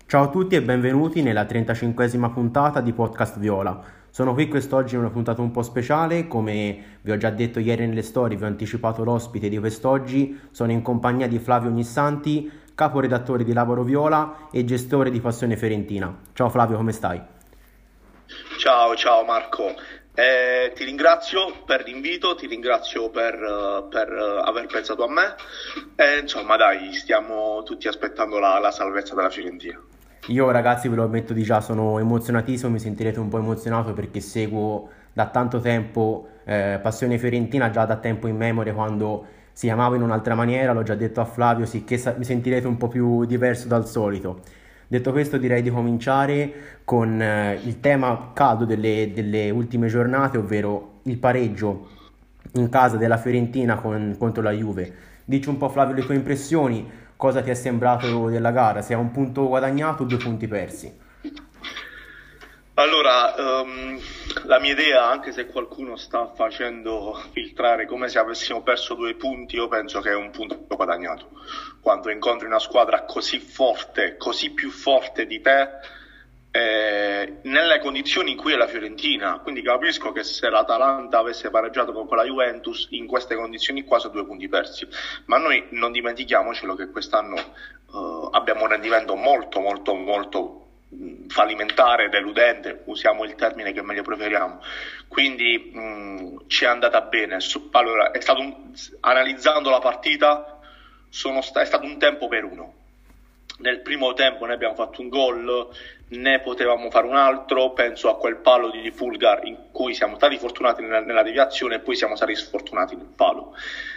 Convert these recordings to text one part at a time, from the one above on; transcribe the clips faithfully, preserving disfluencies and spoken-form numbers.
Ciao a tutti e benvenuti nella trentacinquesima puntata di Podcast Viola. Sono qui quest'oggi in una puntata un po' speciale, come vi ho già detto ieri nelle storie, vi ho anticipato l'ospite di quest'oggi, sono in compagnia di Flavio Ognissanti, caporedattore di Lavoro Viola e gestore di Passione Fiorentina. Ciao Flavio, come stai? Ciao, ciao Marco. Eh, ti ringrazio per l'invito, ti ringrazio per, eh, per, eh, aver pensato a me. E, insomma, dai, stiamo tutti aspettando la, la salvezza della Fiorentina. Io ragazzi ve lo ammetto di già, sono emozionatissimo, mi sentirete un po' emozionato perché seguo da tanto tempo eh, Passione Fiorentina, già da tempo in memoria quando si chiamava in un'altra maniera, l'ho già detto a Flavio, sicché sa- mi sentirete un po' più diverso dal solito. Detto questo direi di cominciare con eh, il tema caldo delle, delle ultime giornate, ovvero il pareggio in casa della Fiorentina con- contro la Juve. Dici un po' Flavio le tue impressioni, cosa ti è sembrato della gara, se è un punto guadagnato o due punti persi? Allora, ehm, la mia idea, anche se qualcuno sta facendo filtrare come se avessimo perso due punti, io penso che è un punto guadagnato. Quando incontri una squadra così forte, così più forte di te, eh, nelle condizioni in cui è la Fiorentina, quindi capisco che se l'Atalanta avesse pareggiato con quella Juventus, in queste condizioni qua sono due punti persi. Ma noi non dimentichiamocelo che quest'anno eh, abbiamo un rendimento molto, molto, molto fallimentare, deludente, usiamo il termine che meglio preferiamo, quindi mh, ci è andata bene. Allora, è stato un, analizzando la partita, sono sta, è stato un tempo per uno. Nel primo tempo ne abbiamo fatto un gol, ne potevamo fare un altro, penso a quel palo di Fulgar in cui siamo stati fortunati nella, nella deviazione e poi siamo stati sfortunati nel palo.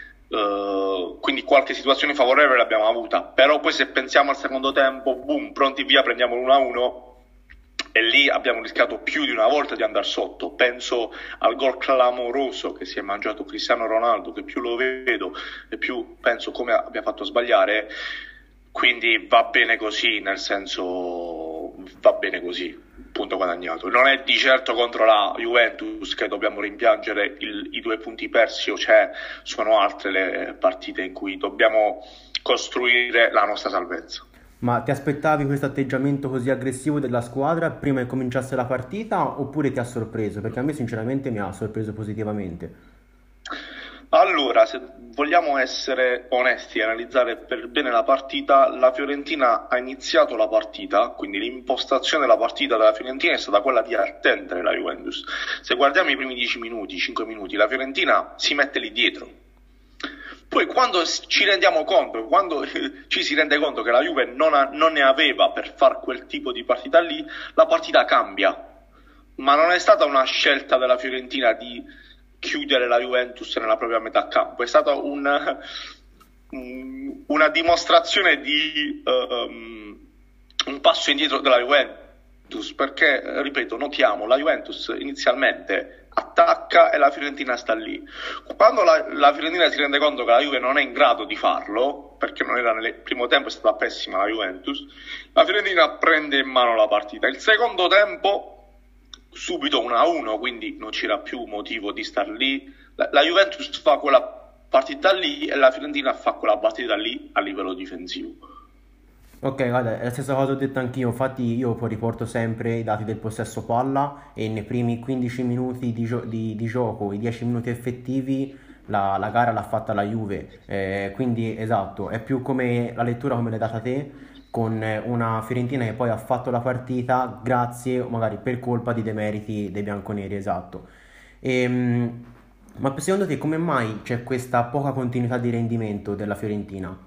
Uh, quindi qualche situazione favorevole l'abbiamo avuta, però poi se pensiamo al secondo tempo, boom, pronti via, prendiamo l'uno a uno e lì abbiamo rischiato più di una volta di andare sotto. Penso al gol clamoroso che si è mangiato Cristiano Ronaldo, che più lo vedo e più penso come abbia fatto sbagliare, quindi va bene così, nel senso va bene così, punto guadagnato. Non è di certo contro la Juventus che dobbiamo rimpiangere il, i due punti persi, o c'è, sono altre le partite in cui dobbiamo costruire la nostra salvezza. Ma ti aspettavi questo atteggiamento così aggressivo della squadra prima che cominciasse la partita oppure ti ha sorpreso? Perché a me sinceramente mi ha sorpreso positivamente. Allora, se vogliamo essere onesti e analizzare per bene la partita, la Fiorentina ha iniziato la partita, quindi l'impostazione della partita della Fiorentina è stata quella di attendere la Juventus. Se guardiamo i primi dieci minuti, cinque minuti, la Fiorentina si mette lì dietro. Poi quando ci rendiamo conto, quando ci si rende conto che la Juve non, ha, non ne aveva per far quel tipo di partita lì, la partita cambia. Ma non è stata una scelta della Fiorentina di chiudere la Juventus nella propria metà campo, è stata un, una dimostrazione di uh, um, un passo indietro della Juventus, perché, ripeto, notiamo, la Juventus inizialmente attacca e la Fiorentina sta lì. Quando la, la Fiorentina si rende conto che la Juve non è in grado di farlo, perché non era nel primo tempo, è stata pessima la Juventus, la Fiorentina prende in mano la partita. Il secondo tempo subito uno a uno, quindi non c'era più motivo di star lì. La, la Juventus fa quella partita lì e la Fiorentina fa quella partita lì a livello difensivo. Ok, guarda, è la stessa cosa ho detto anch'io, infatti io poi riporto sempre i dati del possesso palla e nei primi quindici minuti di, gio- di- di gioco, i dieci minuti effettivi, la, la gara l'ha fatta la Juve. Eh, quindi esatto, è più come la lettura come l'hai data te, con eh, una Fiorentina che poi ha fatto la partita grazie o magari per colpa di demeriti dei bianconeri, esatto. Ehm, ma secondo te come mai c'è questa poca continuità di rendimento della Fiorentina?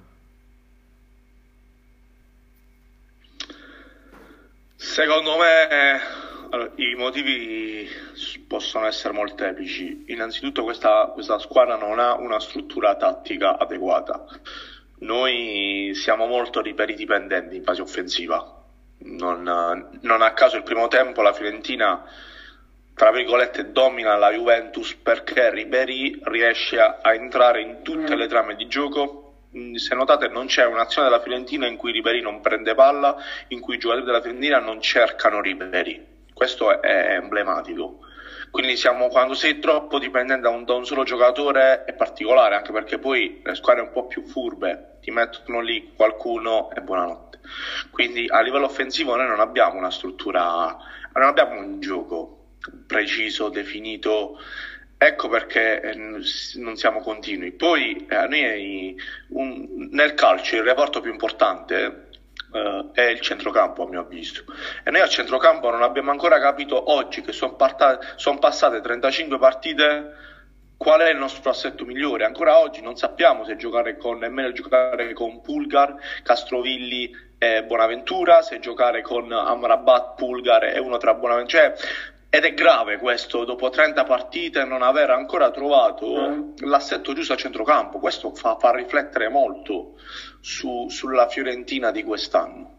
Secondo me, allora, i motivi possono essere molteplici. Innanzitutto questa, questa squadra non ha una struttura tattica adeguata. Noi siamo molto riperi dipendenti in fase offensiva. Non, non a caso il primo tempo la Fiorentina, tra virgolette, domina la Juventus perché Ribéry riesce a, a entrare in tutte le trame di gioco. Se notate non c'è un'azione della Fiorentina in cui Ribéry non prende palla, in cui i giocatori della Fiorentina non cercano Ribéry. Questo è emblematico. Quindi siamo, quando sei troppo dipendente da un, da un solo giocatore è particolare, anche perché poi le squadre un po' più furbe ti mettono lì qualcuno e buonanotte. Quindi a livello offensivo noi non abbiamo una struttura, non abbiamo un gioco preciso, definito. Ecco perché eh, non siamo continui. Poi eh, noi un, nel calcio il reparto più importante eh, è il centrocampo, a mio avviso. E noi al centrocampo non abbiamo ancora capito oggi che sono son passate trentacinque partite qual è il nostro assetto migliore. Ancora oggi non sappiamo se giocare con nemmeno giocare con Pulgar, Castrovilli e Bonaventura, se giocare con Amrabat, Pulgar e uno tra Bonaventura. Cioè, ed è grave questo, dopo trenta partite non aver ancora trovato mm. l'assetto giusto a centrocampo. Questo fa, fa riflettere molto su, sulla Fiorentina di quest'anno.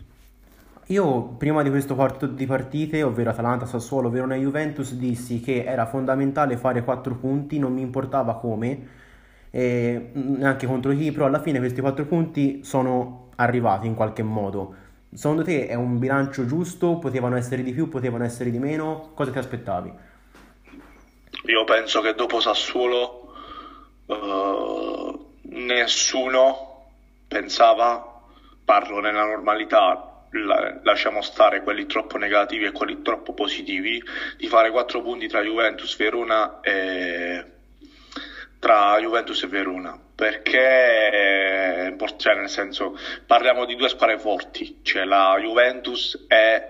Io prima di questo quarto di partite, ovvero Atalanta, Sassuolo, Verona e Juventus, dissi che era fondamentale fare quattro punti, non mi importava come, eh, neanche contro chi, però alla fine questi quattro punti sono arrivati in qualche modo. Secondo te è un bilancio giusto? Potevano essere di più, potevano essere di meno? Cosa ti aspettavi? Io penso che dopo Sassuolo uh, nessuno pensava, parlo nella normalità, la, lasciamo stare quelli troppo negativi e quelli troppo positivi, di fare quattro punti tra Juventus, Verona e tra Juventus e Verona, perché cioè, nel senso, parliamo di due squadre forti, cioè la Juventus è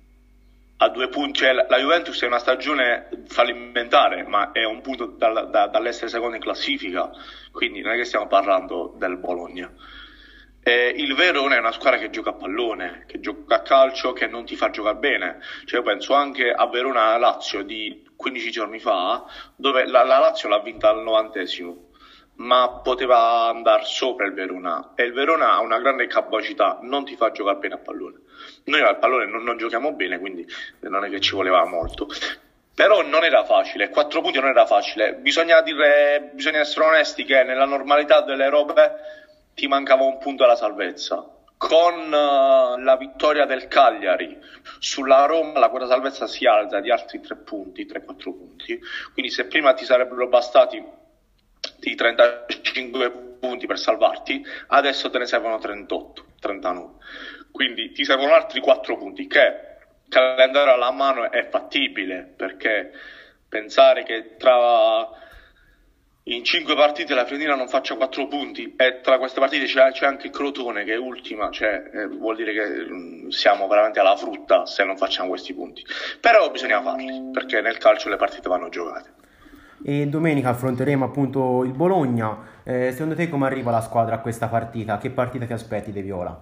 a due punti, cioè la Juventus è una stagione fallimentare, ma è un punto dal, da, dall'essere secondo in classifica, quindi non è che stiamo parlando del Bologna. E il Verona è una squadra che gioca a pallone, che gioca a calcio, che non ti fa giocare bene. Cioè io penso anche a Verona Lazio di quindici giorni fa, dove la, la Lazio l'ha vinta al novantesimo, ma poteva andare sopra il Verona, e il Verona ha una grande capacità, non ti fa giocare bene a pallone. Noi al pallone non, non giochiamo bene, quindi non è che ci voleva molto. Però non era facile, quattro punti non era facile. Bisogna dire, bisogna essere onesti che nella normalità delle robe ti mancava un punto alla salvezza. Con uh, la vittoria del Cagliari sulla Roma la quota salvezza si alza di altri tre punti, tre quattro punti. Quindi se prima ti sarebbero bastati di trentacinque punti per salvarti, adesso te ne servono trentotto, trentanove. Quindi ti servono altri quattro punti, che calendario alla mano è fattibile, perché pensare che tra in cinque partite la Fiorentina non faccia quattro punti e tra queste partite c'è, c'è anche il Crotone che è ultima, cioè eh, vuol dire che mh, siamo veramente alla frutta se non facciamo questi punti. Però bisogna farli, perché nel calcio le partite vanno giocate. E domenica affronteremo appunto il Bologna. Eh, secondo te come arriva la squadra a questa partita? Che partita ti aspetti, De Viola?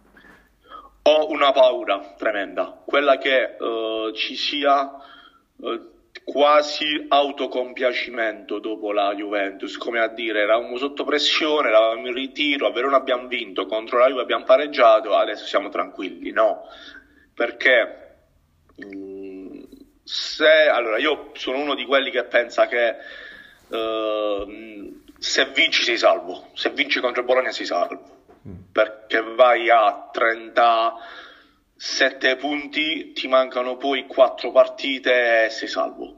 Ho una paura tremenda, quella che uh, ci sia uh, quasi autocompiacimento dopo la Juventus, come a dire eravamo sotto pressione, eravamo in ritiro, a Verona abbiamo vinto, contro la Juve abbiamo pareggiato, adesso siamo tranquilli. No, perché mh, se allora io sono uno di quelli che pensa che uh, se vinci sei salvo, se vinci contro Bologna sei salvo, perché vai a trentasette punti, ti mancano poi quattro partite e sei salvo.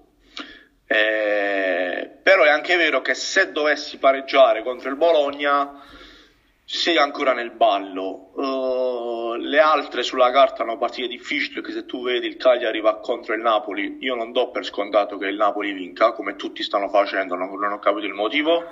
Eh, però è anche vero che se dovessi pareggiare contro il Bologna sei ancora nel ballo. Uh, le altre sulla carta hanno partite difficili, perché se tu vedi il Cagliari va contro il Napoli, io non do per scontato che il Napoli vinca, come tutti stanno facendo, non, non ho capito il motivo.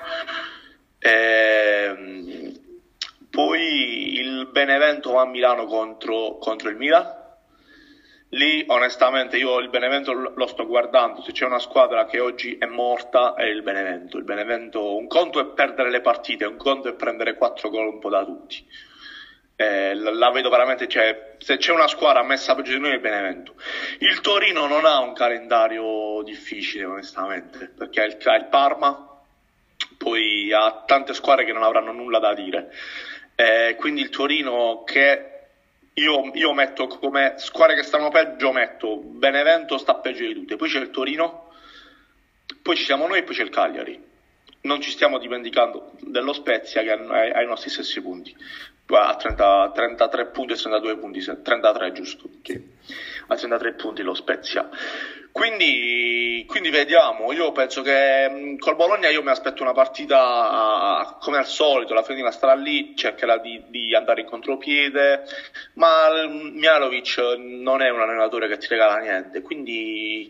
Eh, Poi il Benevento va a Milano contro, contro il Milan. Lì onestamente io il Benevento lo sto guardando, se c'è una squadra che oggi è morta è il Benevento. Il Benevento, un conto è perdere le partite, un conto è prendere quattro gol un po' da tutti. Eh, la, la vedo veramente, cioè, se c'è una squadra messa peggio di noi è il Benevento. Il Torino non ha un calendario difficile onestamente, perché ha il, ha il Parma, poi ha tante squadre che non avranno nulla da dire. Eh, quindi il Torino, che io, io metto come squadre che stanno peggio, metto Benevento sta peggio di tutte, poi c'è il Torino, poi ci siamo noi e poi c'è il Cagliari. Non ci stiamo dimenticando dello Spezia che ha i nostri stessi punti. a trenta, trentatré punti e trentadue punti, trentatré giusto, okay. A trentatré punti lo Spezia. Quindi, quindi vediamo, io penso che mh, col Bologna io mi aspetto una partita come al solito, la Fiorentina starà lì, cercherà di, di andare in contropiede, ma Mihajlovic non è un allenatore che ti regala niente, quindi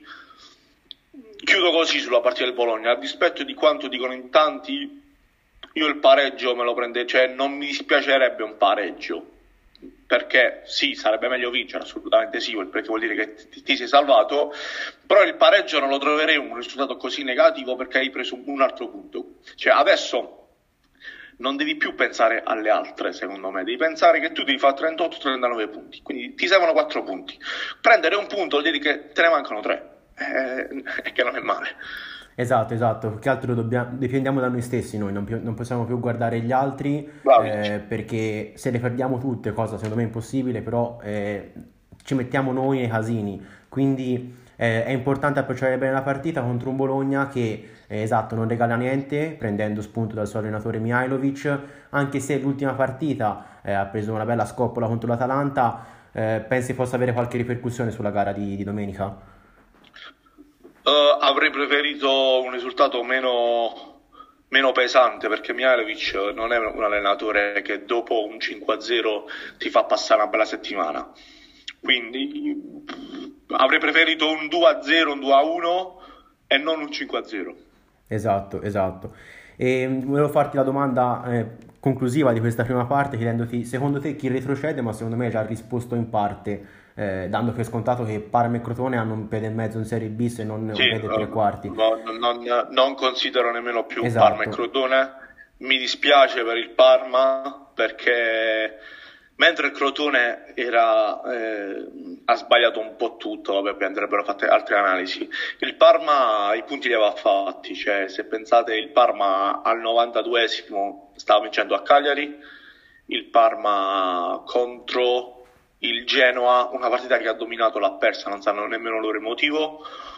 chiudo così sulla partita del Bologna, a dispetto di quanto dicono in tanti, io il pareggio me lo prende, cioè non mi dispiacerebbe un pareggio, perché sì, sarebbe meglio vincere, assolutamente sì, perché vuol dire che ti, ti sei salvato, però il pareggio non lo troverei un risultato così negativo perché hai preso un altro punto. Cioè adesso non devi più pensare alle altre, secondo me, devi pensare che tu devi fare trentotto trentanove punti, quindi ti servono quattro punti. Prendere un punto vuol dire che te ne mancano tre, eh, che non è male. Esatto, esatto, più che altro dobbiamo, dipendiamo da noi stessi noi, non, più- non possiamo più guardare gli altri, eh, perché se le perdiamo tutte, cosa secondo me impossibile, però eh, ci mettiamo noi nei casini, quindi eh, è importante approcciare bene la partita contro un Bologna che, eh, esatto, non regala niente, prendendo spunto dal suo allenatore Mihajlovic, anche se l'ultima partita eh, ha preso una bella scoppola contro l'Atalanta, eh, pensi possa avere qualche ripercussione sulla gara di, di domenica? Uh, avrei preferito un risultato meno, meno pesante perché Mihajlovic non è un allenatore che dopo un cinque a zero ti fa passare una bella settimana, quindi avrei preferito un due a zero, un due a uno e non un cinque a zero. Esatto, esatto. E volevo farti la domanda eh, conclusiva di questa prima parte chiedendoti secondo te chi retrocede, ma secondo me hai già risposto in parte, eh, dando per scontato che Parma e Crotone hanno un piede e mezzo in Serie B se non un Sì, piede e tre quarti. no, non, non considero nemmeno più Esatto. Parma e Crotone, mi dispiace per il Parma perché mentre il Crotone era, eh, ha sbagliato un po' tutto, vabbè, poi andrebbero fatte altre analisi, il Parma i punti li aveva fatti, cioè se pensate il Parma al novantaduesimo stava vincendo a Cagliari, il Parma contro il Genoa, una partita che ha dominato, l'ha persa, non sanno nemmeno loro il motivo.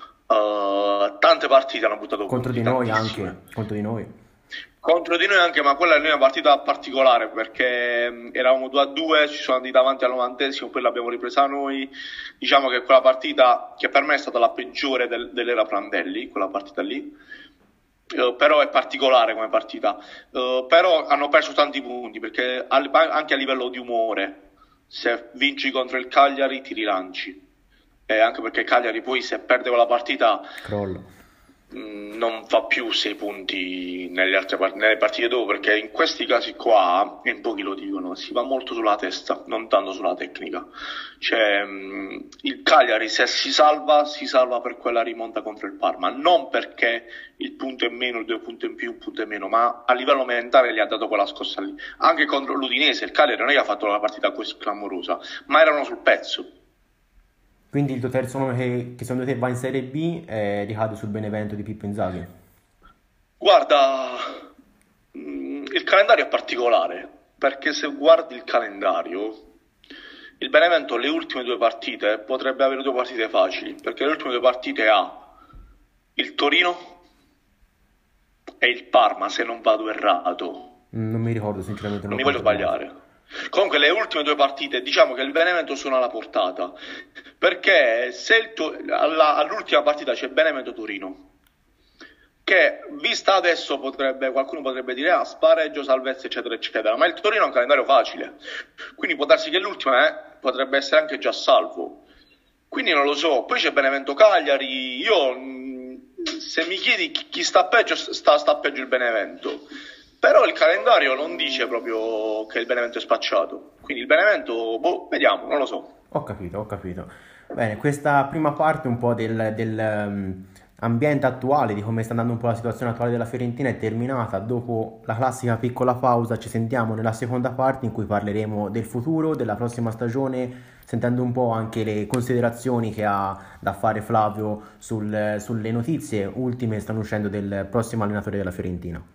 Uh, tante partite hanno buttato Contro punti, di noi tantissime. anche, contro di noi. Contro di noi anche, ma quella è una partita particolare perché mh, eravamo due a due, ci sono andati davanti al novantesimo, poi l'abbiamo ripresa noi. Diciamo che quella partita, che per me è stata la peggiore del, dell'era Prandelli, quella partita lì, uh, però è particolare come partita. Uh, però hanno perso tanti punti perché al- anche a livello di umore, se vinci contro il Cagliari ti rilanci, e anche perché Cagliari poi se perde quella partita Crollo. mh, non fa più sei punti nelle altre part- nelle partite dopo, perché in questi casi qua, e in pochi lo dicono, si va molto sulla testa, non tanto sulla tecnica. Cioè mh, il Cagliari se si salva, si salva per quella rimonta contro il Parma, non perché il punto è meno, il due punti in più, un punto è meno, ma a livello mentale gli ha dato quella scossa lì. Anche contro l'Udinese il Cagliari non è che ha fatto una partita così clamorosa, ma erano sul pezzo. Quindi il tuo terzo nome che, che secondo te va in Serie B eh, ricade sul Benevento di Pippo Inzaghi? Guarda, mh, il calendario è particolare, perché se guardi il calendario, il Benevento le ultime due partite potrebbe avere due partite facili, perché le ultime due partite ha il Torino e il Parma, se non vado errato. Mm, Non mi ricordo sinceramente. Non mi l'ho voglio controllato. sbagliare. Comunque le ultime due partite, diciamo che il Benevento sono alla portata, perché se il To- alla- all'ultima partita c'è Benevento-Torino, che vista adesso potrebbe, qualcuno potrebbe dire ah, spareggio, salvezza eccetera eccetera, ma il Torino ha un calendario facile, quindi può darsi che l'ultima eh, potrebbe essere anche già salvo, quindi non lo so. Poi c'è Benevento-Cagliari, io mh, se mi chiedi chi, chi sta peggio, sta, sta peggio il Benevento, però il calendario non dice proprio che il Benevento è spacciato, quindi il Benevento, boh, vediamo, non lo so. Ho capito, ho capito. Bene, questa prima parte un po' del, del, ehm, ambiente attuale, di come sta andando un po' la situazione attuale della Fiorentina è terminata. Dopo la classica piccola pausa ci sentiamo nella seconda parte in cui parleremo del futuro, della prossima stagione, sentendo un po' anche le considerazioni che ha da fare Flavio sul- sulle notizie ultime che stanno uscendo del prossimo allenatore della Fiorentina.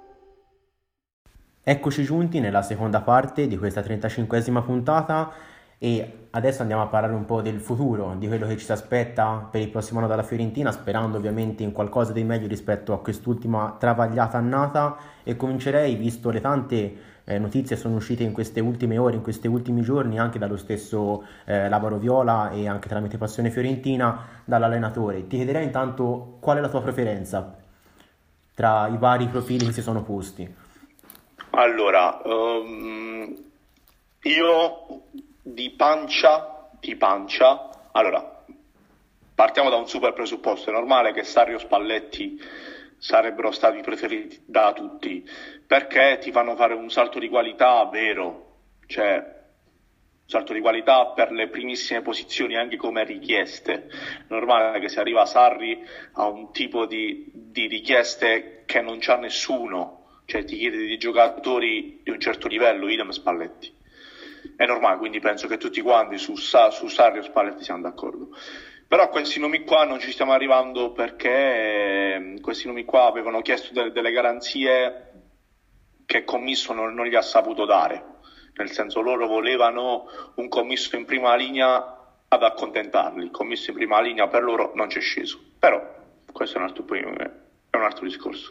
Eccoci giunti nella seconda parte di questa trentacinquesima puntata E adesso andiamo a parlare un po' del futuro, di quello che ci si aspetta per il prossimo anno dalla Fiorentina, sperando ovviamente in qualcosa di meglio rispetto a quest'ultima travagliata annata. E comincerei, visto le tante eh, notizie che sono uscite in queste ultime ore, in questi ultimi giorni, anche dallo stesso eh, Lavaro Viola e anche tramite Passione Fiorentina, dall'allenatore. Ti chiederei intanto qual è la tua preferenza tra i vari profili che si sono posti. Allora, ehm, io di pancia, di pancia, allora, partiamo da un super presupposto. È normale che Sarri o Spalletti sarebbero stati preferiti da tutti, perché ti fanno fare un salto di qualità vero, cioè un salto di qualità per le primissime posizioni anche come richieste. È normale che se arriva Sarri a un tipo di, di richieste che non c'ha nessuno, cioè ti chiede di giocatori di un certo livello, idem Spalletti. È normale, quindi penso che tutti quanti su, su Sarri o Spalletti siamo d'accordo. Però questi nomi qua non ci stiamo arrivando perché questi nomi qua avevano chiesto delle, delle garanzie che il commisso non, non gli ha saputo dare. Nel senso, loro volevano un commisso in prima linea ad accontentarli. Il commisso in prima linea per loro non c'è sceso. Però questo è un altro, è un altro discorso.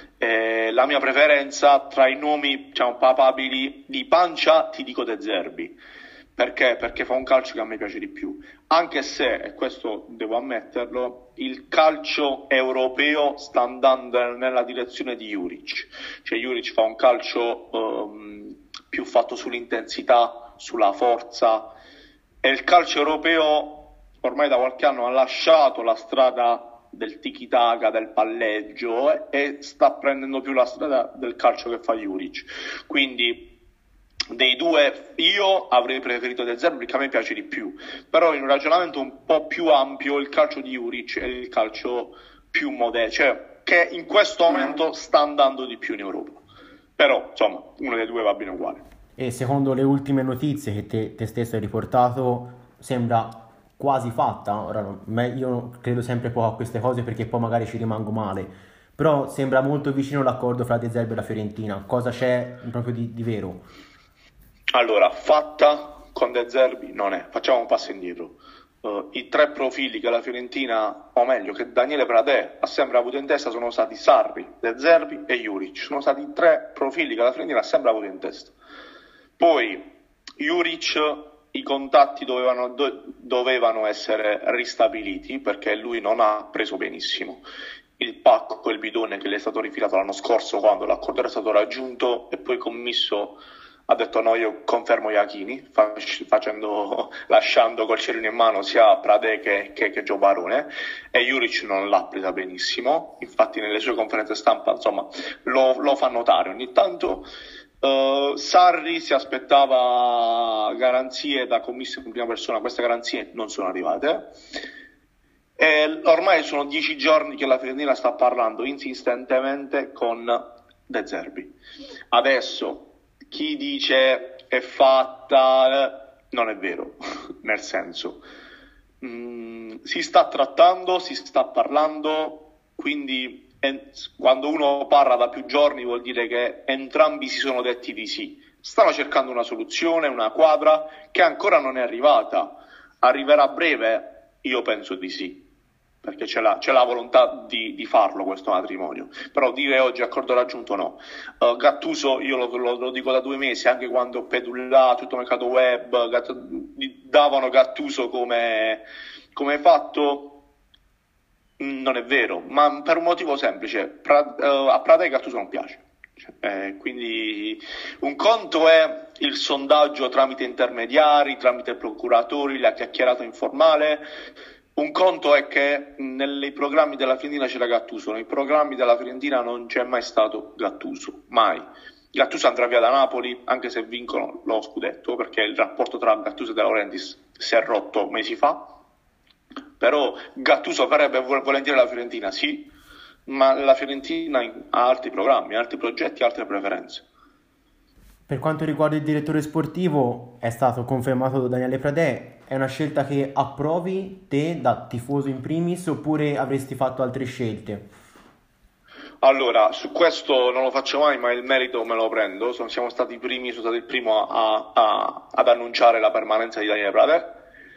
Eh, la mia preferenza tra i nomi, diciamo, papabili di pancia, ti dico De Zerbi. Perché? Perché fa un calcio che a me piace di più. Anche se, e questo devo ammetterlo, il calcio europeo sta andando nella direzione di Juric. Cioè Juric fa un calcio um, più fatto sull'intensità, sulla forza, e il calcio europeo ormai da qualche anno ha lasciato la strada del tiki-taka, del palleggio, e sta prendendo più la strada del calcio che fa Juric. Quindi dei due io avrei preferito De Zerbi perché a me piace di più, però in un ragionamento un po' più ampio il calcio di Juric è il calcio più moderno, cioè che in questo momento sta andando di più in Europa. Però insomma uno dei due va bene uguale. E secondo le ultime notizie che te, te stesso hai riportato sembra quasi fatta. Ora io credo sempre poco a queste cose perché poi magari ci rimango male, però sembra molto vicino l'accordo fra De Zerbi e la Fiorentina. Cosa c'è proprio di, di vero? Allora, fatta con De Zerbi non è. Facciamo un passo indietro. Uh, I tre profili che la Fiorentina, o meglio, che Daniele Pradè ha sempre avuto in testa sono stati Sarri, De Zerbi e Juric. Sono stati i tre profili che la Fiorentina ha sempre avuto in testa. Poi Juric, i contatti dovevano, do, dovevano essere ristabiliti perché lui non ha preso benissimo il pacco, il bidone che le è stato rifilato l'anno scorso quando l'accordo era stato raggiunto, e poi commisso ha detto no, io confermo Iachini, facendo, lasciando col cerino in mano sia Pradè che, che, che Gio Barone, e Juric non l'ha presa benissimo, infatti nelle sue conferenze stampa insomma lo, lo fa notare ogni tanto. Uh, Sarri si aspettava garanzie da commisso in prima persona, queste garanzie non sono arrivate. E ormai sono dieci giorni che la Fiorentina sta parlando insistentemente con De Zerbi. Adesso chi dice è fatta non è vero, nel senso mh, si sta trattando, si sta parlando, quindi e, quando uno parla da più giorni vuol dire che entrambi si sono detti di sì. Stanno cercando una soluzione, una quadra che ancora non è arrivata. Arriverà a breve? Io penso di sì, perché c'è la, c'è la volontà di, di farlo questo matrimonio, però dire oggi accordo raggiunto no. uh, Gattuso io lo, lo, lo dico da due mesi, anche quando Pedulla, tutto il mercato web Gatt- davano Gattuso come, come fatto, non è vero, ma per un motivo semplice, pra, uh, a Pradè Gattuso non piace. Eh, quindi un conto è il sondaggio tramite intermediari, tramite procuratori, la chiacchierata informale. Un conto è che nei programmi della Fiorentina c'era Gattuso, nei programmi della Fiorentina non c'è mai stato Gattuso, mai. Gattuso andrà via da Napoli anche se vincono lo scudetto, perché il rapporto tra Gattuso e De Laurentiis si è rotto mesi fa. Però Gattuso farebbe volentieri la Fiorentina, sì, ma la Fiorentina ha altri programmi, altri progetti, altre preferenze. Per quanto riguarda il direttore sportivo, è stato confermato da Daniele Pradè. È una scelta che approvi te da tifoso in primis oppure avresti fatto altre scelte? Allora, su questo non lo faccio mai, ma il merito me lo prendo. Sono, siamo stati i primi, sono stato il primo a, a, ad annunciare la permanenza di Daniele Prader.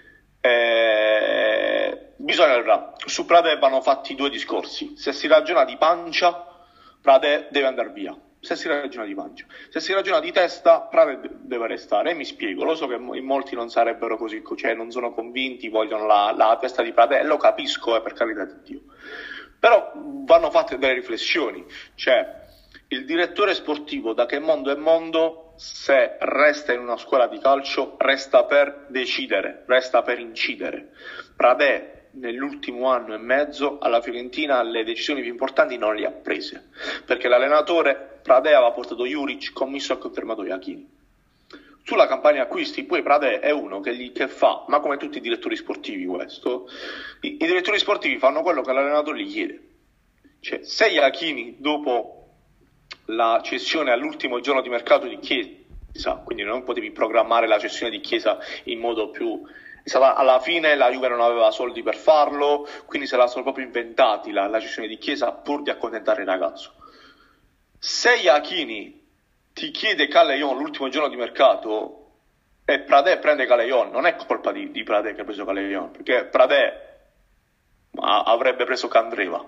Eh, bisogna, su Prader vanno fatti due discorsi. Se si ragiona di pancia, Prader deve andare via. Se si ragiona di pancia. Se si ragiona di testa, Prader deve restare. E mi spiego, lo so che in molti non sarebbero così, cioè non sono convinti, vogliono la, la testa di Prader, lo capisco, eh, per carità di Dio. Però vanno fatte delle riflessioni, cioè il direttore sportivo da che mondo è mondo, se resta in una scuola di calcio, resta per decidere, resta per incidere. Prader nell'ultimo anno e mezzo alla Fiorentina le decisioni più importanti non le ha prese, perché l'allenatore Prader aveva portato Juric, commisso ha confermato Iachini. Sulla campagna acquisti poi Prader è uno che, gli, che fa, ma come tutti i direttori sportivi questo, i, i direttori sportivi fanno quello che l'allenatore gli chiede. Cioè, se Iachini dopo la cessione all'ultimo giorno di mercato di Chiesa, quindi non potevi programmare la cessione di Chiesa in modo più... alla fine la Juve non aveva soldi per farlo, quindi se la sono proprio inventati la, la cessione di Chiesa pur di accontentare il ragazzo. Se Iachini ti chiede Callejon l'ultimo giorno di mercato e Prader prende Callejon, non è colpa di, di Prader che ha preso Callejon, perché Prader avrebbe preso Candreva.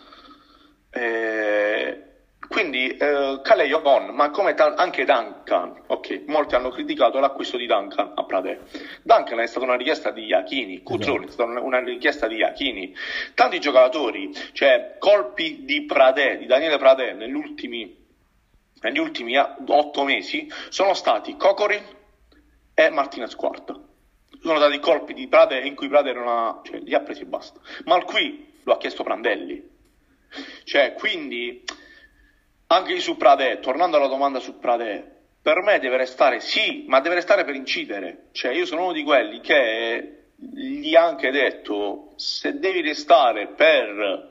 Eh, quindi eh, Callejon, ma come ta- anche Duncan, ok, molti hanno criticato l'acquisto di Duncan a Prader. Duncan è stata una richiesta di Iachini, Cutrone è stata una, una richiesta di Iachini, tanti giocatori, cioè colpi di Prader, di Daniele Prader negli ultimi negli ultimi otto mesi sono stati Kokorin e Martinez Quarta. Sono stati colpi di Prader in cui Prader non ha, cioè, li ha presi e basta. Ma qui lo ha chiesto Prandelli. Cioè, quindi, anche su Prader, tornando alla domanda su Prader, per me deve restare, sì, ma deve restare per incidere. Cioè, io sono uno di quelli che gli ha anche detto, se devi restare per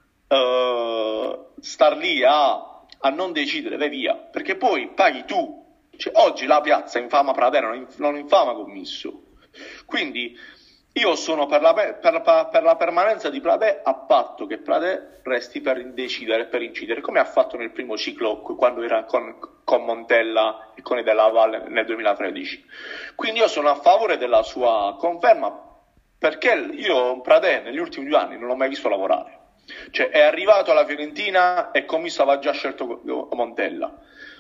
uh, star lì a a non decidere, vai via, perché poi paghi tu. Cioè, oggi la piazza infama Prader, non, inf- non infama Commisso. Quindi io sono per la, per, per, per la permanenza di Prader, a patto che Prader resti per decidere, per incidere, come ha fatto nel primo ciclo quando era con, con Montella e con Della Valle nel duemilatredici. Quindi io sono a favore della sua conferma, perché io Prader negli ultimi due anni non l'ho mai visto lavorare. Cioè è arrivato alla Fiorentina e Commisso aveva già scelto Montella.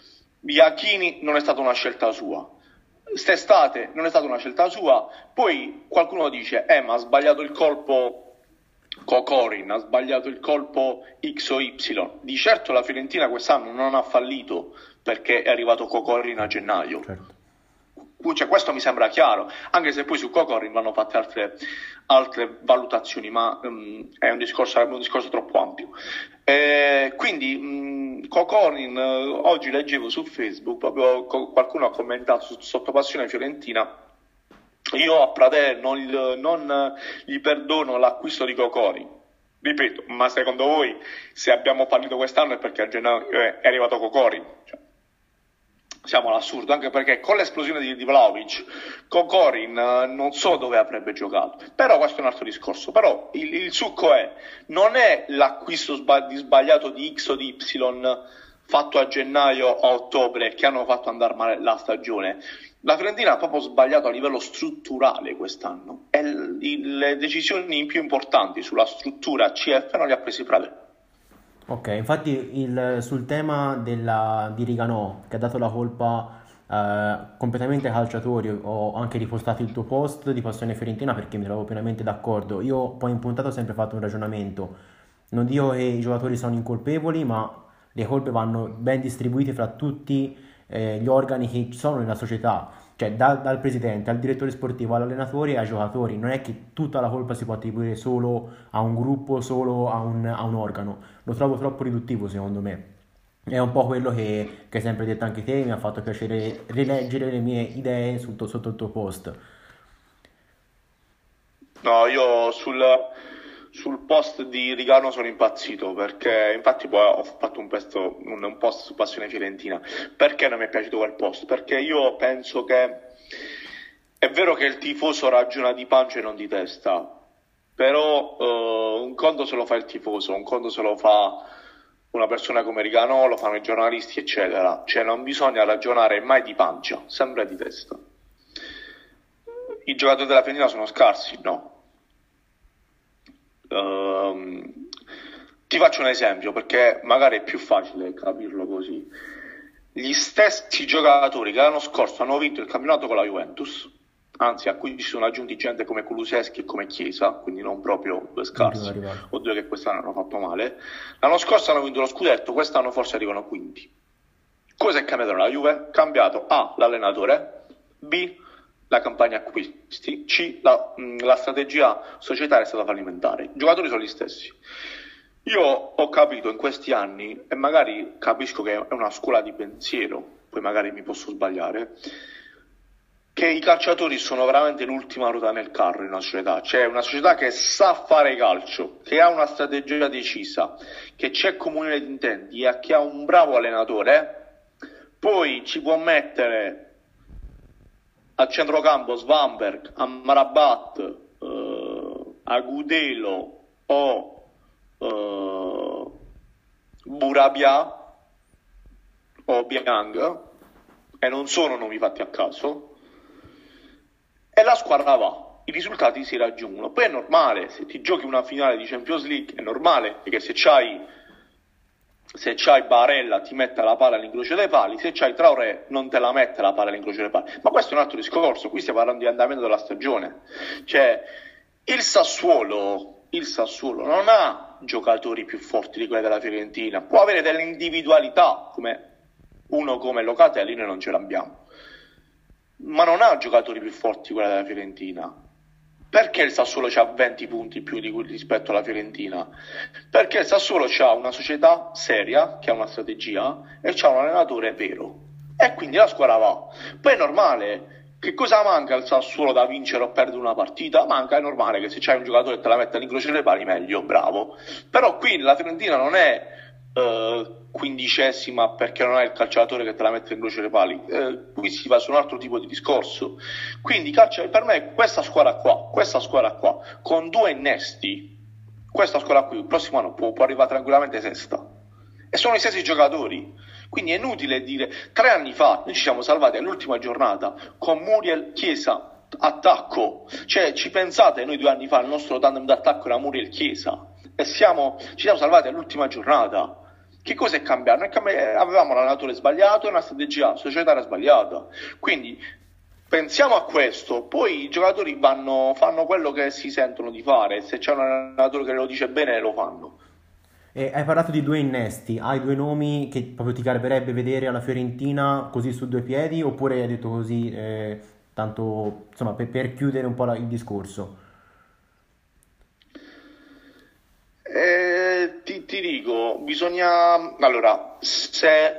Iachini non è stata una scelta sua, quest'estate non è stata una scelta sua. Poi qualcuno dice eh ma ha sbagliato il colpo Kokorin, ha sbagliato il colpo X o Y. Di certo la Fiorentina quest'anno non ha fallito perché è arrivato Kokorin a gennaio, certo. Cioè, questo mi sembra chiaro, anche se poi su Kokorin vanno fatte altre, altre valutazioni, ma um, è un discorso, è un discorso troppo ampio. Eh, quindi um, Kokorin, uh, oggi leggevo su Facebook, proprio co- qualcuno ha commentato su, sotto Passione Fiorentina, io a Prader non, non gli perdono l'acquisto di Kokorin. Ripeto, ma secondo voi se abbiamo fallito quest'anno è perché a gennaio è arrivato Kokorin? Cioè, siamo all'assurdo, anche perché con l'esplosione di, di Vlahovic, Kokorin eh, non so dove avrebbe giocato, però questo è un altro discorso. Però il, il succo è, non è l'acquisto sbag- di sbagliato di X o di Y fatto a gennaio o a ottobre che hanno fatto andare male la stagione. La Fiorentina ha proprio sbagliato a livello strutturale quest'anno e l- il, le decisioni più importanti sulla struttura C F non le ha presi Prader. Ok, infatti il- sul tema della, di Riganò, che ha dato la colpa eh, completamente ai calciatori, ho anche ripostato il tuo post di Passione Fiorentina perché mi trovo pienamente d'accordo. Io poi in puntata ho sempre fatto un ragionamento, non dico che i giocatori sono incolpevoli, ma le colpe vanno ben distribuite fra tutti eh, gli organi che ci sono nella società, cioè da- dal presidente al direttore sportivo all'allenatore e ai giocatori. Non è che tutta la colpa si può attribuire solo a un gruppo, solo a un, a un organo. Lo trovo troppo riduttivo secondo me. È un po' quello che, che hai sempre detto anche te, mi ha fatto piacere rileggere le mie idee sotto, sotto il tuo post. No, io sul, sul post di Rigano sono impazzito, perché infatti poi ho fatto un, pesto, un, un post su Passione Fiorentina. Perché non mi è piaciuto quel post? Perché io penso che è vero che il tifoso ragiona di pancia e non di testa, però uh, un conto se lo fa il tifoso, un conto se lo fa una persona come Rigano, lo fanno i giornalisti, eccetera. Cioè non bisogna ragionare mai di pancia, sempre di testa. I giocatori della Fiorentina sono scarsi? No. Um, ti faccio un esempio, perché magari è più facile capirlo così. Gli stessi giocatori che l'anno scorso hanno vinto il campionato con la Juventus, anzi a cui ci sono aggiunti gente come Kulusevski e come Chiesa, quindi non proprio due scarsi o due che quest'anno hanno fatto male. L'anno scorso hanno vinto lo scudetto, quest'anno forse arrivano quinti. Cosa è cambiato nella Juve? Cambiato A, l'allenatore, B, la campagna acquisti, C, la, la strategia societaria è stata fallimentare. I giocatori sono gli stessi. Io ho capito in questi anni, e magari capisco che è una scuola di pensiero, poi magari mi posso sbagliare, che i calciatori sono veramente l'ultima ruota nel carro in una società. Cioè una società che sa fare calcio, che ha una strategia decisa, che c'è comunione di intenti e che ha un bravo allenatore, poi ci può mettere a centrocampo Svanberg, Amrabat, eh, Agudelo o eh, Burabia o Biang, e non sono nomi fatti a caso, e la squadra va, i risultati si raggiungono. Poi è normale, se ti giochi una finale di Champions League, è normale che se c'hai se c'hai Barella ti mette la palla all'incrocio dei pali, se c'hai Traoré non te la mette la palla all'incrocio dei pali. Ma questo è un altro discorso, qui stiamo parlando di andamento della stagione. Cioè, il Sassuolo, il Sassuolo non ha giocatori più forti di quelli della Fiorentina, può avere delle individualità, come uno come Locatelli, noi non ce l'abbiamo, ma non ha giocatori più forti di quelli della Fiorentina. Perché il Sassuolo ha venti punti più di cui rispetto alla Fiorentina? Perché il Sassuolo ha una società seria, che ha una strategia, e c'ha un allenatore vero. E quindi la squadra va. Poi è normale, che cosa manca al Sassuolo da vincere o perdere una partita? Manca, è normale che se c'hai un giocatore che te la mette all'incrocio dei pali, meglio, bravo. Però qui la Fiorentina non è eh, quindicesima perché non hai il calciatore che te la mette all'incrocio dei pali. Eh, qui si va su un altro tipo di discorso. Quindi calcio, per me questa squadra qua, questa squadra qua, con due innesti, questa squadra qui il prossimo anno può, può arrivare tranquillamente sesta. E sono i stessi giocatori. Quindi è inutile dire, tre anni fa noi ci siamo salvati all'ultima giornata con Muriel, Chiesa, attacco. Cioè, ci pensate, noi due anni fa il nostro tandem d'attacco era Muriel, Chiesa, e siamo, ci siamo salvati all'ultima giornata. Che cosa è cambiato? Noi cambi- avevamo l'allenatore sbagliato e una strategia societaria sbagliata. Quindi pensiamo a questo, poi i giocatori vanno, fanno quello che si sentono di fare, se c'è un allenatore che lo dice bene lo fanno. E hai parlato di due innesti, hai due nomi che proprio ti garberebbe vedere alla Fiorentina così su due piedi, oppure hai detto così, eh, tanto insomma per, per chiudere un po' la- il discorso? Eh, ti, ti dico, bisogna... Allora, se,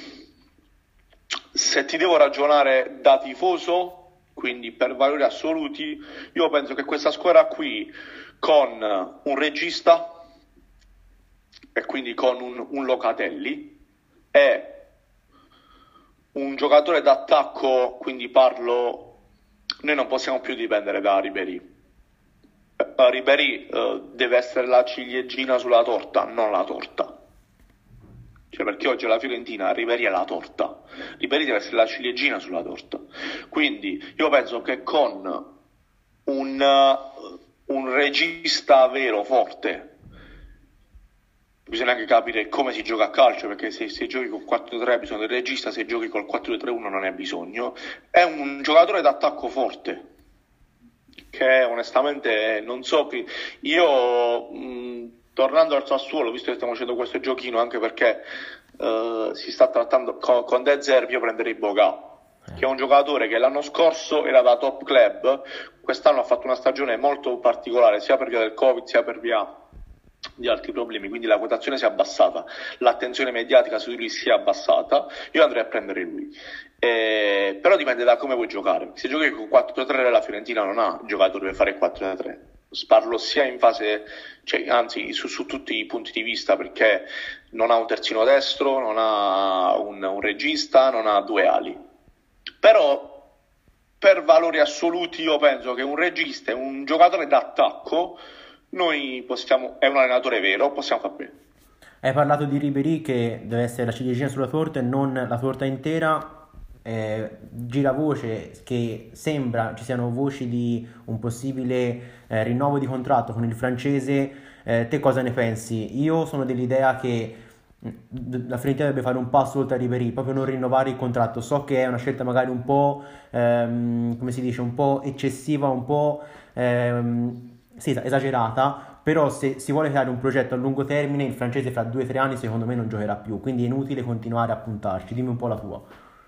se ti devo ragionare da tifoso, quindi per valori assoluti, io penso che questa squadra qui, con un regista e quindi con un, un Locatelli e un giocatore d'attacco, quindi parlo, noi non possiamo più dipendere da Ribéry. Uh, Ribéry uh, deve essere la ciliegina sulla torta, non la torta. Cioè, perché oggi la Fiorentina, Ribéry è la torta. Ribéry deve essere la ciliegina sulla torta. Quindi io penso che con un, uh, un regista vero, forte, bisogna anche capire come si gioca a calcio, perché se, se giochi col quattro tre hai bisogno del regista, se giochi col quattro tre uno non hai bisogno. È un giocatore d'attacco forte, che onestamente non so che io mh, tornando al Sassuolo, visto che stiamo facendo questo giochino, anche perché uh, si sta trattando con, con De Zerbi, io prenderei Boga, che è un giocatore che l'anno scorso era da top club, quest'anno ha fatto una stagione molto particolare sia per via del Covid sia per via di altri problemi, quindi la quotazione si è abbassata, l'attenzione mediatica su di lui si è abbassata. Io andrei a prendere lui, eh, però dipende da come vuoi giocare. Se giochi con quattro tre la Fiorentina non ha giocatori per fare quattro tre, parlo sia in fase, cioè, anzi su, su tutti i punti di vista, perché non ha un terzino destro, non ha un, un regista, non ha due ali. Però per valori assoluti io penso che un regista e un giocatore d'attacco noi possiamo, è un allenatore vero, possiamo far bene. Hai parlato di Ribéry che deve essere la ciliegina sulla torta e non la torta intera. Eh, gira voce che sembra ci siano voci di un possibile eh, rinnovo di contratto con il francese. Eh, te cosa ne pensi? Io sono dell'idea che mh, d- la Fiorentina dovrebbe fare un passo oltre a Ribéry, proprio non rinnovare il contratto. So che è una scelta magari un po', ehm, come si dice, un po' eccessiva, un po' ehm, sì, esagerata, però se si vuole creare un progetto a lungo termine, il francese fra due o tre anni secondo me non giocherà più, quindi è inutile continuare a puntarci. Dimmi un po' la tua.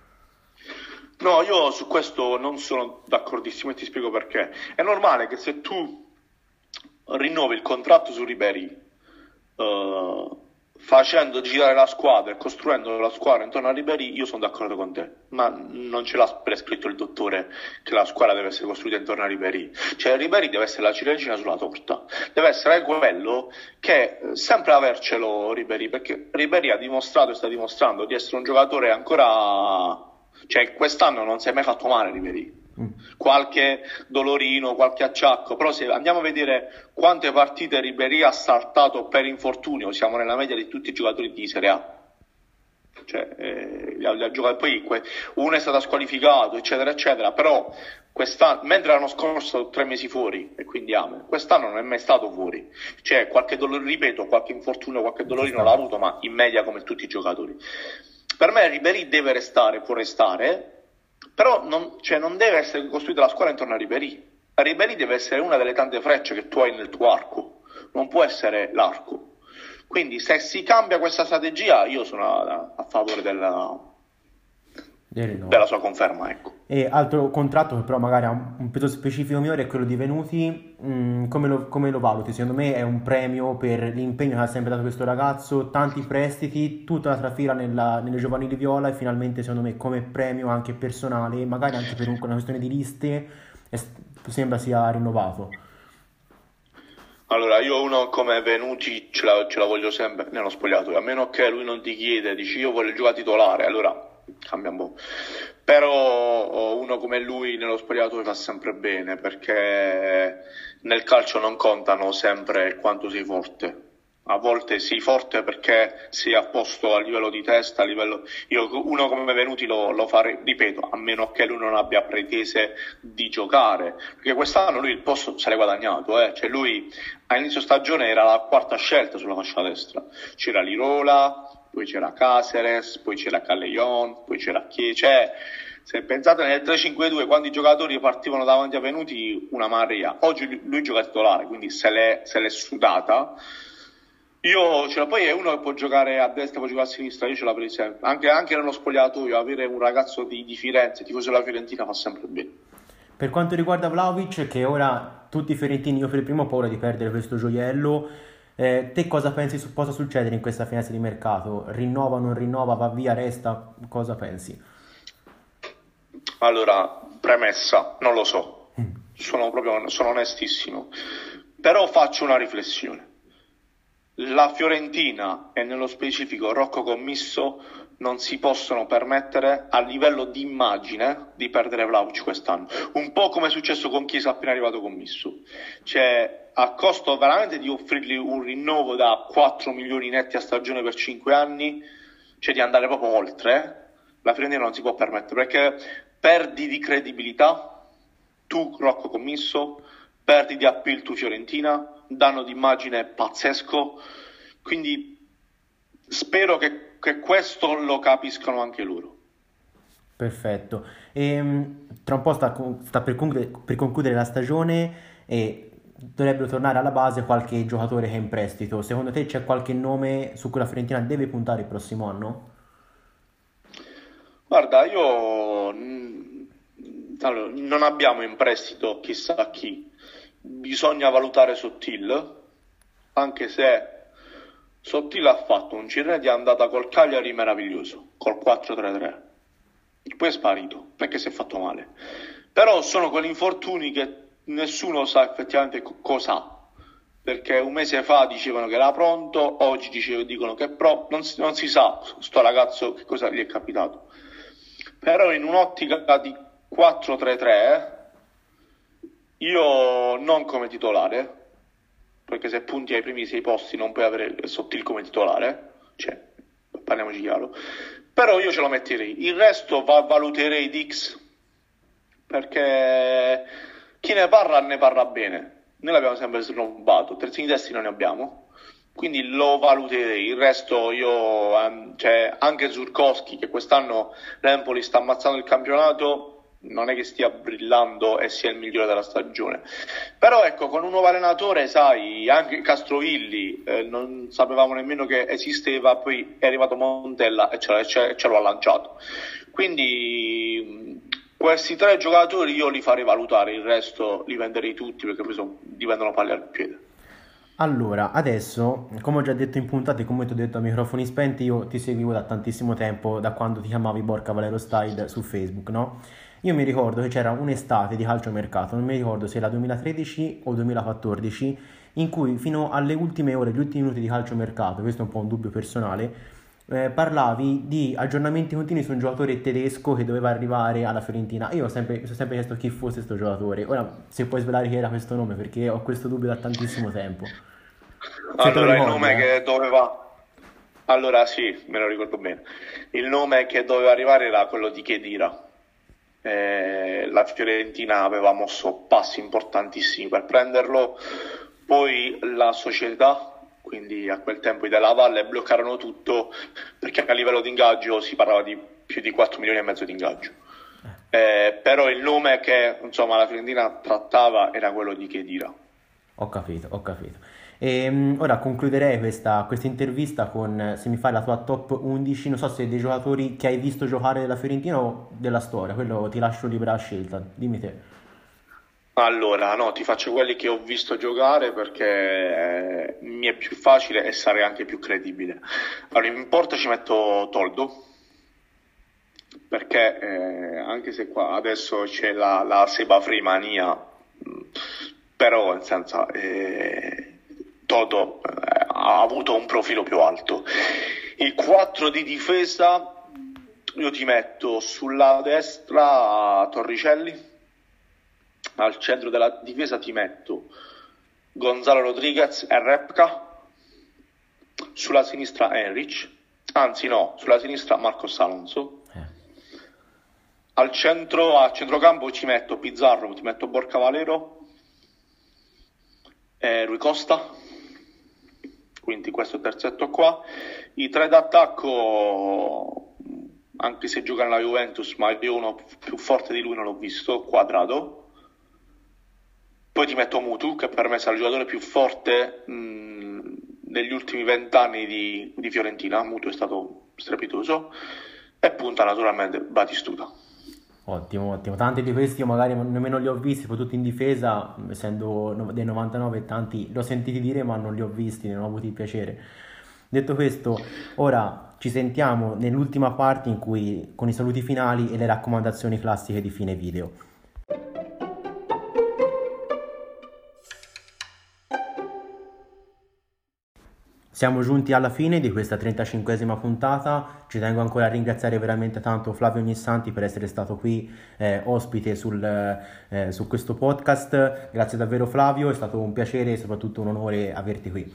No, io su questo non sono d'accordissimo e ti spiego perché. È normale che se tu rinnovi il contratto su Ribéry, eh, facendo girare la squadra e costruendo la squadra intorno a Ribéry, io sono d'accordo con te, ma non ce l'ha prescritto il dottore che la squadra deve essere costruita intorno a Ribéry. Cioè Ribéry deve essere la ciliegina sulla torta, deve essere quello che eh, sempre avercelo Ribéry, perché Ribéry ha dimostrato e sta dimostrando di essere un giocatore ancora, cioè quest'anno non si è mai fatto male Ribéry. Mm. Qualche dolorino, qualche acciacco, però se andiamo a vedere quante partite Ribéry ha saltato per infortunio, siamo nella media di tutti i giocatori di Serie A. Cioè, eh, li ha- li ha giocati- poi que- uno è stato squalificato, eccetera, eccetera, però quest'anno, mentre l'anno scorso tre mesi fuori, e quindi ame, quest'anno non è mai stato fuori. Cioè, qualche dolore, ripeto, qualche infortunio, qualche Ci dolorino l'ha sta. avuto, ma in media come tutti i giocatori. Per me Ribéry deve restare, può restare, però non, cioè, non deve essere costruita la squadra intorno a Ribéry. Ribéry deve essere una delle tante frecce che tu hai nel tuo arco, non può essere l'arco. Quindi se si cambia questa strategia, io sono a, a favore della, Del rinnovo. della sua conferma, ecco. E altro contratto che però magari ha un, un peso specifico minore è quello di Venuti. Mm, come lo, come lo valuti? Secondo me è un premio per l'impegno che ha sempre dato questo ragazzo, tanti prestiti, tutta la trafila nella- nelle giovanili viola e finalmente secondo me come premio anche personale, magari anche per un- una questione di liste, è- sembra sia rinnovato. Allora, io uno come Venuti ce la, ce la voglio sempre nello spogliatoio, a meno che lui non ti chiede, dici io voglio giocare titolare, allora cambia un po'. Però oh, uno come lui nello spogliatoio fa sempre bene, perché nel calcio non contano sempre quanto sei forte. A volte sei forte perché sei a posto a livello di testa, a livello... Io uno come Venuti lo, lo farei, ripeto, a meno che lui non abbia pretese di giocare, perché quest'anno lui il posto se l'è guadagnato, eh. Cioè lui a inizio stagione era la quarta scelta sulla fascia destra, c'era Lirola, poi c'era Caceres, poi c'era Callejon, poi c'era Chiesa, cioè, se pensate nel tre cinque due quando i giocatori partivano davanti a Venuti una marea, oggi lui, lui gioca titolare, quindi se l'è, se l'è sudata. Io ce la poi è uno che può giocare a destra, può giocare a sinistra, io ce l'avrei sempre, anche, anche nello spogliatoio, avere un ragazzo di, di Firenze, tifoso della Fiorentina, fa sempre bene. Per quanto riguarda Vlahovic, che ora tutti i fiorentini, io per il primo ho paura di perdere questo gioiello, eh, te cosa pensi su possa succedere in questa finestra di mercato? Rinnova, non rinnova, va via, resta? Cosa pensi? Allora, premessa, non lo so, sono proprio sono onestissimo, però faccio una riflessione. La Fiorentina e nello specifico Rocco Commisso non si possono permettere a livello di immagine di perdere Vlahovic quest'anno, un po' come è successo con Chiesa appena arrivato Commisso, cioè a costo veramente di offrirgli un rinnovo da quattro milioni netti a stagione per cinque anni, cioè di andare proprio oltre, eh, la Fiorentina non si può permettere perché perdi di credibilità tu Rocco Commisso, perdi di appeal tu Fiorentina, danno di immagine pazzesco, quindi spero che, che questo lo capiscano anche loro. Perfetto. E, tra un po' sta, sta per, concludere, per concludere la stagione e dovrebbero tornare alla base qualche giocatore che è in prestito. Secondo te c'è qualche nome su cui la Fiorentina deve puntare il prossimo anno? Guarda, io mh, allora, non abbiamo in prestito chissà chi, bisogna valutare Sottil, anche se Sottil ha fatto un girone di andata col Cagliari meraviglioso, col quattro tre tre, poi è sparito perché si è fatto male, però sono quegli infortuni che nessuno sa effettivamente co- cosa ha, perché un mese fa dicevano che era pronto, oggi dice- dicono che è pronto, non si, non si sa sto ragazzo che cosa gli è capitato. Però in un'ottica di quattro tre tre, io non come titolare, perché se punti ai primi sei posti non puoi avere il Sottil come titolare, cioè, parliamoci chiaro, però io ce lo metterei. Il resto va, valuterei Dix, perché chi ne parla ne parla bene. Noi l'abbiamo sempre snobbato, terzini destri non ne abbiamo, quindi lo valuterei. Il resto io, ehm, cioè, anche Zurkowski, che quest'anno l'Empoli sta ammazzando il campionato, non è che stia brillando e sia il migliore della stagione, però ecco, con un nuovo allenatore, sai, anche Castrovilli eh, non sapevamo nemmeno che esisteva, poi è arrivato Montella e ce, ce, ce lo ha lanciato, quindi questi tre giocatori io li farei valutare, il resto li venderei tutti perché poi sono, divengono palle al piede. Allora, adesso, come ho già detto in puntata e come ti ho detto a microfoni spenti, io ti seguivo da tantissimo tempo, da quando ti chiamavi Borca Valero Style su Facebook, no? Io mi ricordo che c'era un'estate di calciomercato, non mi ricordo se era duemilatredici o duemilaquattordici, in cui fino alle ultime ore, gli ultimi minuti di calciomercato, questo è un po' un dubbio personale, eh, parlavi di aggiornamenti continui su un giocatore tedesco che doveva arrivare alla Fiorentina. Io ho sempre, mi sono sempre chiesto chi fosse questo giocatore. Ora, se puoi svelare chi era questo nome, perché ho questo dubbio da tantissimo tempo. Se allora, ricordi, il nome eh? che doveva... Allora, sì, me lo ricordo bene. Il nome che doveva arrivare era quello di Khedira. Eh, la Fiorentina aveva mosso passi importantissimi per prenderlo, poi la società, quindi a quel tempo i Della Valle, bloccarono tutto perché a livello di ingaggio si parlava di più di quattro milioni e mezzo di ingaggio, eh, però il nome che insomma la Fiorentina trattava era quello di Khedira. Ho capito, ho capito. E um, ora concluderei questa, questa intervista con, se mi fai la tua top undici, non so se dei giocatori che hai visto giocare della Fiorentina o della storia, quello ti lascio libera scelta, dimmi te. Allora, no, ti faccio quelli che ho visto giocare perché eh, mi è più facile e sarei anche più credibile. Allora, in porta ci metto Toldo, perché eh, anche se qua adesso c'è la, la Seba Free mania, però nel senso... Eh, Toto eh, ha avuto un profilo più alto. Il quattro di difesa io ti metto sulla destra Torricelli, al centro della difesa ti metto Gonzalo Rodriguez e Repka, sulla sinistra Henrich, anzi no, sulla sinistra Marcos Alonso, eh. al centro, a centrocampo ci metto Pizarro, ti metto Borca Valero e Rui Costa, quindi questo terzetto qua. I tre d'attacco, anche se gioca nella Juventus, ma io uno più forte di lui non l'ho visto, Quadrado. Poi ti metto Mutu, che per me sarà il giocatore più forte mh, negli ultimi vent'anni di, di Fiorentina. Mutu è stato strepitoso. E punta naturalmente Batistuta. Ottimo, ottimo. Tanti di questi io magari nemmeno li ho visti, poi tutti in difesa, essendo dei novantanove, tanti li ho sentiti dire ma non li ho visti, non ho avuto il piacere. Detto questo, ora ci sentiamo nell'ultima parte in cui con i saluti finali e le raccomandazioni classiche di fine video. Siamo giunti alla fine di questa trentacinquesima puntata, ci tengo ancora a ringraziare veramente tanto Flavio Ognissanti per essere stato qui eh, ospite sul, eh, su questo podcast, grazie davvero Flavio, è stato un piacere e soprattutto un onore averti qui.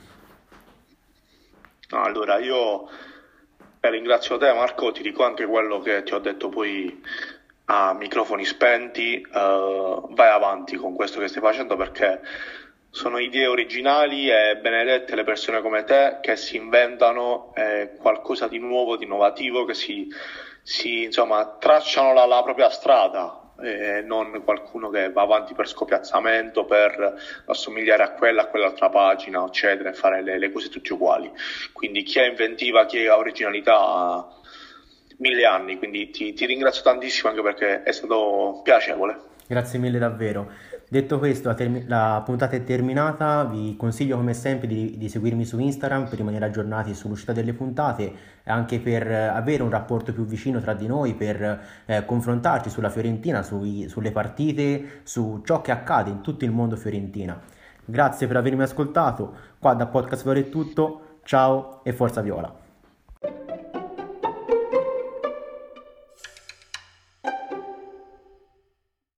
Allora io ringrazio te Marco, ti dico anche quello che ti ho detto poi a microfoni spenti, uh, vai avanti con questo che stai facendo perché sono idee originali e benedette le persone come te che si inventano eh, qualcosa di nuovo, di innovativo, che si, si insomma tracciano la, la propria strada e eh, non qualcuno che va avanti per scopiazzamento, per assomigliare a quella, a quell'altra pagina, eccetera, e fare le, le cose tutte uguali. Quindi chi è inventiva, chi ha originalità ha mille anni, quindi ti, ti ringrazio tantissimo anche perché è stato piacevole. Grazie mille davvero. Detto questo, la, termi- la puntata è terminata, vi consiglio come sempre di, di seguirmi su Instagram per rimanere aggiornati sull'uscita delle puntate e anche per eh, avere un rapporto più vicino tra di noi, per eh, confrontarci sulla Fiorentina, sui, sulle partite, su ciò che accade in tutto il mondo Fiorentina. Grazie per avermi ascoltato, qua da Podcast Viola è tutto, ciao e forza Viola!